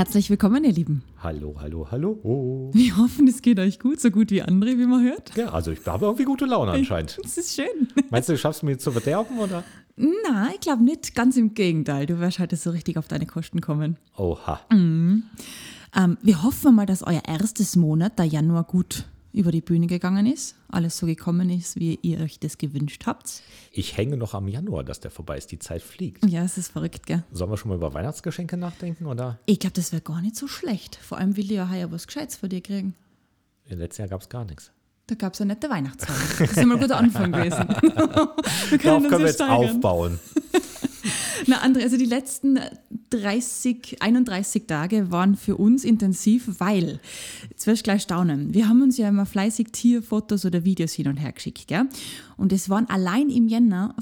Herzlich willkommen, ihr Lieben. Hallo, hallo, hallo. Wir hoffen, es geht euch gut, so gut wie andere, wie man hört. Ja, also ich habe irgendwie gute Laune anscheinend. Das ist schön. Meinst du schaffst du mir zu verderben, oder? Nein, ich glaube nicht. Ganz im Gegenteil. Du wirst heute so richtig auf deine Kosten kommen. Oha. Wir hoffen mal, dass euer erstes Monat, der Januar, gut über die Bühne gegangen ist. Alles so gekommen ist, wie ihr euch das gewünscht habt. Ich hänge noch am Januar, dass der vorbei ist. Die Zeit fliegt. Ja, es ist verrückt, gell? Sollen wir schon mal über Weihnachtsgeschenke nachdenken, oder? Ich glaube, das wäre gar nicht so schlecht. Vor allem will ich ja heuer was Gescheites von dir kriegen. Im letzten Jahr gab es gar nichts. Da gab es eine nette Weihnachtsfeier. Das ist mal ein guter Anfang gewesen. Darauf können wir jetzt aufbauen. Na, André, also die letzten 31 Tage waren für uns intensiv, weil, jetzt wirst du gleich staunen, wir haben uns ja immer fleißig Tierfotos oder Videos hin und her geschickt, gell? Und es waren allein im Jänner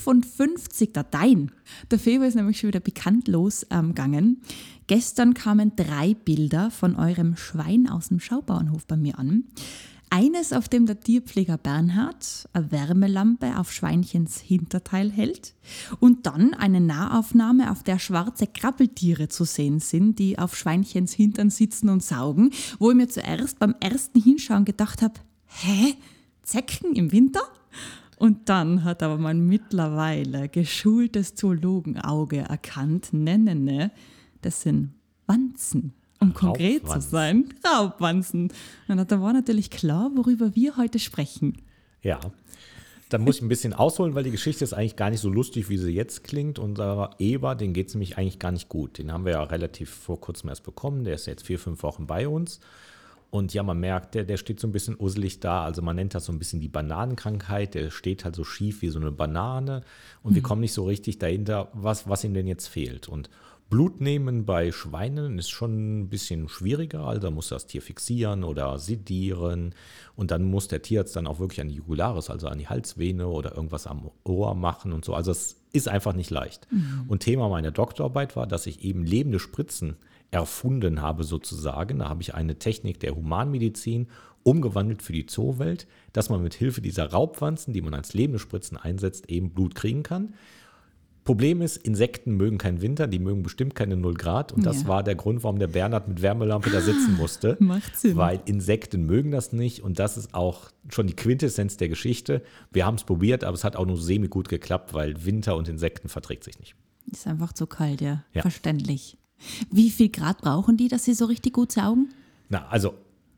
55 Dateien. Der Februar ist nämlich schon wieder bekannt losgegangen. Gestern kamen 3 Bilder von eurem Schwein aus dem Schaubauernhof bei mir an. Eines, auf dem der Tierpfleger Bernhard eine Wärmelampe auf Schweinchens Hinterteil hält und dann eine Nahaufnahme, auf der schwarze Krabbeltiere zu sehen sind, die auf Schweinchens Hintern sitzen und saugen, wo ich mir zuerst beim ersten Hinschauen gedacht habe, hä? Zecken im Winter? Und dann hat aber mein mittlerweile geschultes Zoologenauge erkannt, das sind Wanzen. Um konkret zu sein, Raubwanzen. Und da war natürlich klar, worüber wir heute sprechen. Ja, da muss ich ein bisschen ausholen, weil die Geschichte ist eigentlich gar nicht so lustig, wie sie jetzt klingt. Unser Eber, den geht es nämlich eigentlich gar nicht gut. Den haben wir ja relativ vor kurzem erst bekommen. Der ist jetzt 4-5 Wochen bei uns. Und ja, man merkt, der steht so ein bisschen usselig da. Also man nennt das so ein bisschen die Bananenkrankheit. Der steht halt so schief wie so eine Banane. Und wir kommen nicht so richtig dahinter, was ihm denn jetzt fehlt. Und Blut nehmen bei Schweinen ist schon ein bisschen schwieriger, also da muss das Tier fixieren oder sedieren und dann muss der Tierarzt dann auch wirklich an die Jugularis, also an die Halsvene oder irgendwas am Ohr machen und so. Also es ist einfach nicht leicht. Und Thema meiner Doktorarbeit war, dass ich eben lebende Spritzen erfunden habe sozusagen. Da habe ich eine Technik der Humanmedizin umgewandelt für die Zoowelt, dass man mit Hilfe dieser Raubwanzen, die man als lebende Spritzen einsetzt, eben Blut kriegen kann. Problem ist, Insekten mögen keinen Winter, die mögen bestimmt keine 0 Grad und das war der Grund, warum der Bernhard mit Wärmelampe da sitzen musste. Macht Sinn. Weil Insekten mögen das nicht und das ist auch schon die Quintessenz der Geschichte. Wir haben es probiert, aber es hat auch nur semi-gut geklappt, weil Winter und Insekten verträgt sich nicht. Ist einfach zu kalt, ja. Ja. Verständlich. Wie viel Grad brauchen die, dass sie so richtig gut saugen? Na, also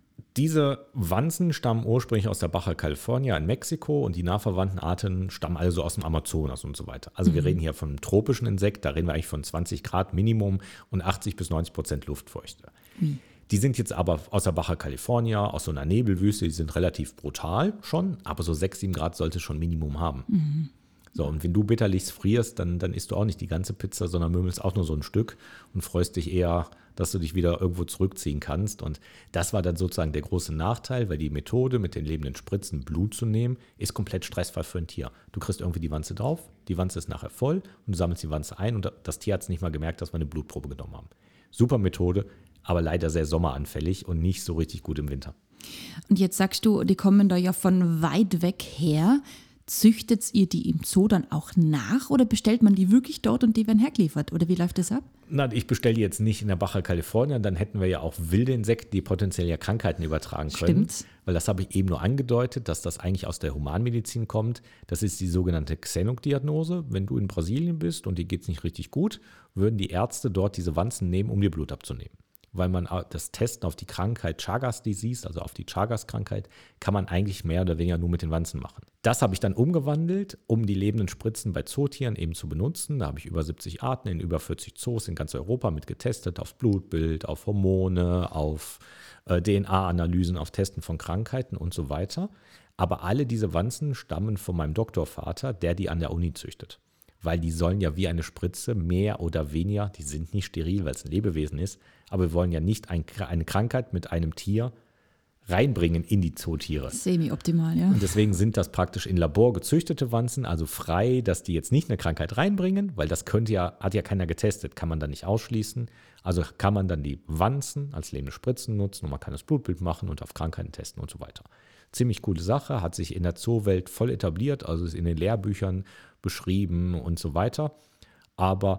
diese Wanzen stammen ursprünglich aus der Baja California in Mexiko und die nachverwandten Arten stammen also aus dem Amazonas und so weiter. Also wir reden hier von einem tropischen Insekt, da reden wir eigentlich von 20 Grad Minimum und 80-90% Luftfeuchte. Die sind jetzt aber aus der Baja California, aus so einer Nebelwüste, die sind relativ brutal schon, aber so 6-7 Grad sollte es schon Minimum haben. So, und wenn du bitterlich frierst, dann isst du auch nicht die ganze Pizza, sondern mümmelst auch nur so ein Stück und freust dich eher, dass du dich wieder irgendwo zurückziehen kannst. Und das war dann sozusagen der große Nachteil, weil die Methode, mit den lebenden Spritzen Blut zu nehmen, ist komplett stressfrei für ein Tier. Du kriegst irgendwie die Wanze drauf, die Wanze ist nachher voll und du sammelst die Wanze ein und das Tier hat es nicht mal gemerkt, dass wir eine Blutprobe genommen haben. Super Methode, aber leider sehr sommeranfällig und nicht so richtig gut im Winter. Und jetzt sagst du, die kommen da ja von weit weg her. Züchtet ihr die im Zoo dann auch nach oder bestellt man die wirklich dort und die werden hergeliefert? Oder wie läuft das ab? Na, ich bestelle die jetzt nicht in der Baja California, dann hätten wir ja auch wilde Insekten, die potenziell ja Krankheiten übertragen können. Stimmt. Weil das habe ich eben nur angedeutet, dass das eigentlich aus der Humanmedizin kommt. Das ist die sogenannte Xenok-Diagnose. Wenn du in Brasilien bist und dir geht es nicht richtig gut, würden die Ärzte dort diese Wanzen nehmen, um dir Blut abzunehmen. Weil man das Testen auf die Krankheit Chagas Disease, also auf die Chagas-Krankheit, kann man eigentlich mehr oder weniger nur mit den Wanzen machen. Das habe ich dann umgewandelt, um die lebenden Spritzen bei Zootieren eben zu benutzen. Da habe ich über 70 Arten in über 40 Zoos in ganz Europa mit getestet, aufs Blutbild, auf Hormone, auf DNA-Analysen, auf Testen von Krankheiten und so weiter. Aber alle diese Wanzen stammen von meinem Doktorvater, der die an der Uni züchtet. Weil die sollen ja wie eine Spritze mehr oder weniger, die sind nicht steril, weil es ein Lebewesen ist, aber wir wollen ja nicht eine Krankheit mit einem Tier reinbringen in die Zootiere. Semi-optimal, ja. Und deswegen sind das praktisch in Labor gezüchtete Wanzen, also frei, dass die jetzt nicht eine Krankheit reinbringen, weil das hat ja keiner getestet, kann man dann nicht ausschließen. Also kann man dann die Wanzen als lebende Spritzen nutzen und man kann das Blutbild machen und auf Krankheiten testen und so weiter. Ziemlich coole Sache, hat sich in der Zoowelt voll etabliert, also ist in den Lehrbüchern beschrieben und so weiter. Aber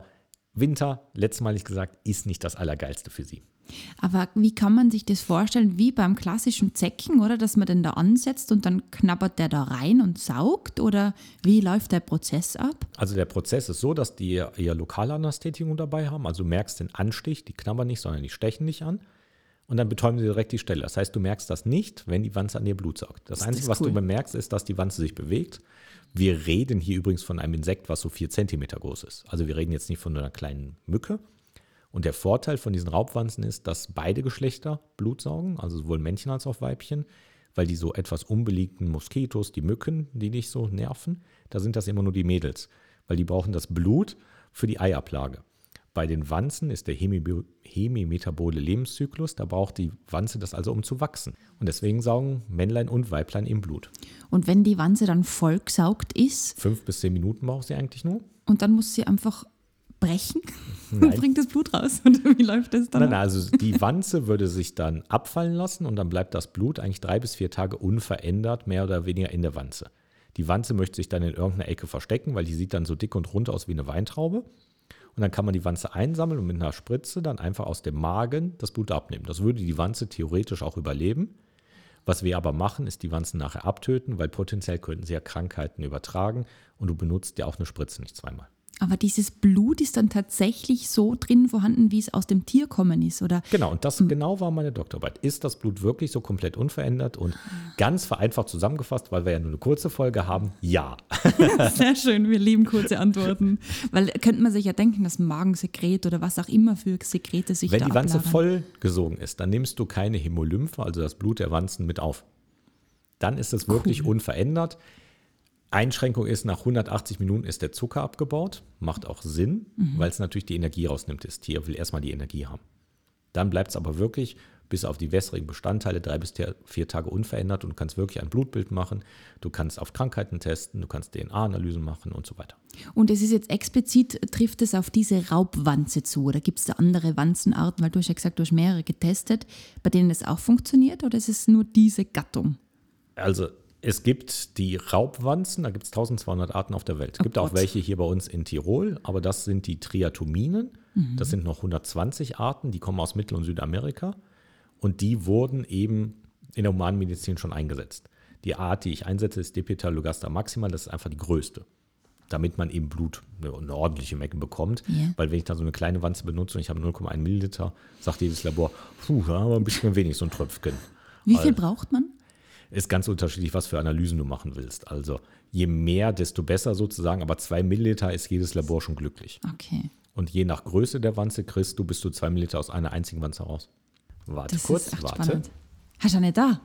Winter, letztmalig gesagt, ist nicht das Allergeilste für sie. Aber wie kann man sich das vorstellen? Wie beim klassischen Zecken, oder? Dass man den da ansetzt und dann knabbert der da rein und saugt? Oder wie läuft der Prozess ab? Also der Prozess ist so, dass die ihr Lokalanästhetikum dabei haben. Also du merkst den Anstich, die knabbern nicht, sondern die stechen dich an. Und dann betäuben sie direkt die Stelle. Das heißt, du merkst das nicht, wenn die Wanze an dir Blut saugt. Das Einzige, was du bemerkst, ist, dass die Wanze sich bewegt. Wir reden hier übrigens von einem Insekt, was so 4 Zentimeter groß ist. Also wir reden jetzt nicht von einer kleinen Mücke. Und der Vorteil von diesen Raubwanzen ist, dass beide Geschlechter Blut saugen, also sowohl Männchen als auch Weibchen, weil die so etwas unbeliebten Moskitos, die Mücken, die nicht so nerven, da sind das immer nur die Mädels, weil die brauchen das Blut für die Eiablage. Bei den Wanzen ist der hemimetabole Lebenszyklus, da braucht die Wanze das also, um zu wachsen. Und deswegen saugen Männlein und Weiblein im Blut. Und wenn die Wanze dann vollgesaugt ist? 5 bis 10 Minuten braucht sie eigentlich nur. Und dann muss sie einfach brechen und bringt das Blut raus? Oder wie läuft das dann? Nein, also die Wanze würde sich dann abfallen lassen und dann bleibt das Blut eigentlich 3 bis 4 Tage unverändert, mehr oder weniger in der Wanze. Die Wanze möchte sich dann in irgendeiner Ecke verstecken, weil die sieht dann so dick und rund aus wie eine Weintraube. Und dann kann man die Wanze einsammeln und mit einer Spritze dann einfach aus dem Magen das Blut abnehmen. Das würde die Wanze theoretisch auch überleben. Was wir aber machen, ist die Wanzen nachher abtöten, weil potenziell könnten sie ja Krankheiten übertragen und du benutzt ja auch eine Spritze nicht zweimal. Aber dieses Blut ist dann tatsächlich so drin vorhanden, wie es aus dem Tier kommen ist, oder? Genau, und das genau war meine Doktorarbeit. Ist das Blut wirklich so komplett unverändert? Und ganz vereinfacht zusammengefasst, weil wir ja nur eine kurze Folge haben, ja. Sehr schön, wir lieben kurze Antworten. Weil könnte man sich ja denken, dass Magensekret oder was auch immer für Sekrete sich da Wenn die Wanze ablagern. voll gesogen ist, dann nimmst du keine Hämolymphe, also das Blut der Wanzen, mit auf. Dann ist es wirklich unverändert. Einschränkung ist, nach 180 Minuten ist der Zucker abgebaut. Macht auch Sinn, weil es natürlich die Energie rausnimmt. Das Tier will erstmal die Energie haben. Dann bleibt es aber wirklich bis auf die wässrigen Bestandteile 3 bis 4 Tage unverändert und du kannst wirklich ein Blutbild machen. Du kannst auf Krankheiten testen, du kannst DNA-Analysen machen und so weiter. Und es ist jetzt explizit, trifft es auf diese Raubwanze zu oder gibt es da andere Wanzenarten? Weil du hast ja gesagt, du hast mehrere getestet, bei denen es auch funktioniert, oder ist es nur diese Gattung? Also es gibt die Raubwanzen, da gibt es 1200 Arten auf der Welt. Es gibt auch welche hier bei uns in Tirol, aber das sind die Triatominen. Das sind noch 120 Arten, die kommen aus Mittel- und Südamerika. Und die wurden eben in der Humanmedizin schon eingesetzt. Die Art, die ich einsetze, ist Dipetalogaster maxima, das ist einfach die größte. Damit man eben Blut, eine ordentliche Menge bekommt. Yeah. Weil wenn ich da so eine kleine Wanze benutze und ich habe 0,1 Milliliter, sagt jedes Labor, da haben wir ein bisschen wenig, so ein Tröpfchen. Wie viel braucht man? Ist ganz unterschiedlich, was für Analysen du machen willst. Also je mehr, desto besser sozusagen. Aber 2 Milliliter ist jedes Labor schon glücklich. Okay. Und je nach Größe der Wanze kriegst du bis zu 2 Milliliter aus einer einzigen Wanze raus. Warte das kurz, ist echt warte. Spannend. Hast du nicht da?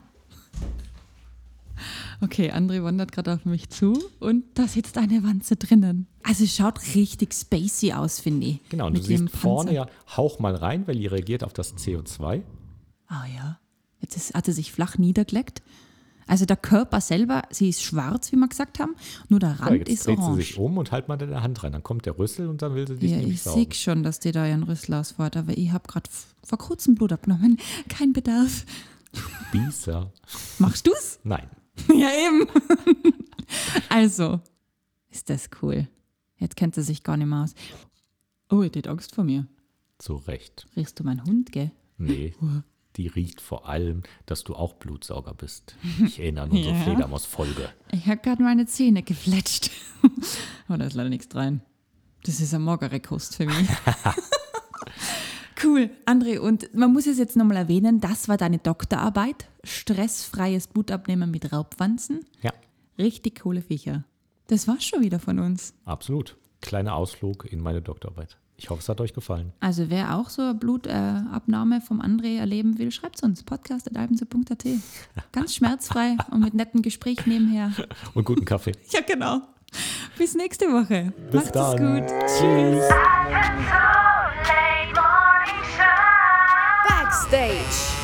Okay, André wandert gerade auf mich zu und da sitzt eine Wanze drinnen. Also es schaut richtig spacey aus, finde ich. Genau, und du siehst vorne ja, hauch mal rein, weil die reagiert auf das CO2. Ah ja, jetzt hat sie sich flach niedergelegt. Also der Körper selber, sie ist schwarz, wie wir gesagt haben, nur der Rand ist orange. Jetzt dreht sie sich um und halt mal deine Hand rein. Dann kommt der Rüssel und dann will sie dich nämlich saugen. Ich sehe schon, dass die da ihren Rüssel ausfährt, aber ich habe gerade vor kurzem Blut abgenommen. Kein Bedarf. Spießer. Machst du's? Nein. Ja, eben. Also, ist das cool. Jetzt kennt sie sich gar nicht mehr aus. Oh, ich hätte Angst vor mir. Zu Recht. Riechst du meinen Hund, gell? Nee. Die riecht vor allem, dass du auch Blutsauger bist. Ich erinnere an unsere Fledermaus-Folge. Ich habe gerade meine Zähne gefletscht. Oh, da ist leider nichts rein. Das ist eine magere Kost für mich. Cool, André. Und man muss es jetzt nochmal erwähnen, das war deine Doktorarbeit. Stressfreies Blutabnehmen mit Raubwanzen. Ja. Richtig coole Viecher. Das war's schon wieder von uns. Absolut. Kleiner Ausflug in meine Doktorarbeit. Ich hoffe, es hat euch gefallen. Also wer auch so eine Blutabnahme vom André erleben will, schreibt es uns. podcast@albense.at. Ganz schmerzfrei und mit netten Gespräch nebenher. Und guten Kaffee. Ja, genau. Bis nächste Woche. Bis dann. Macht's gut. Tschüss. Backstage.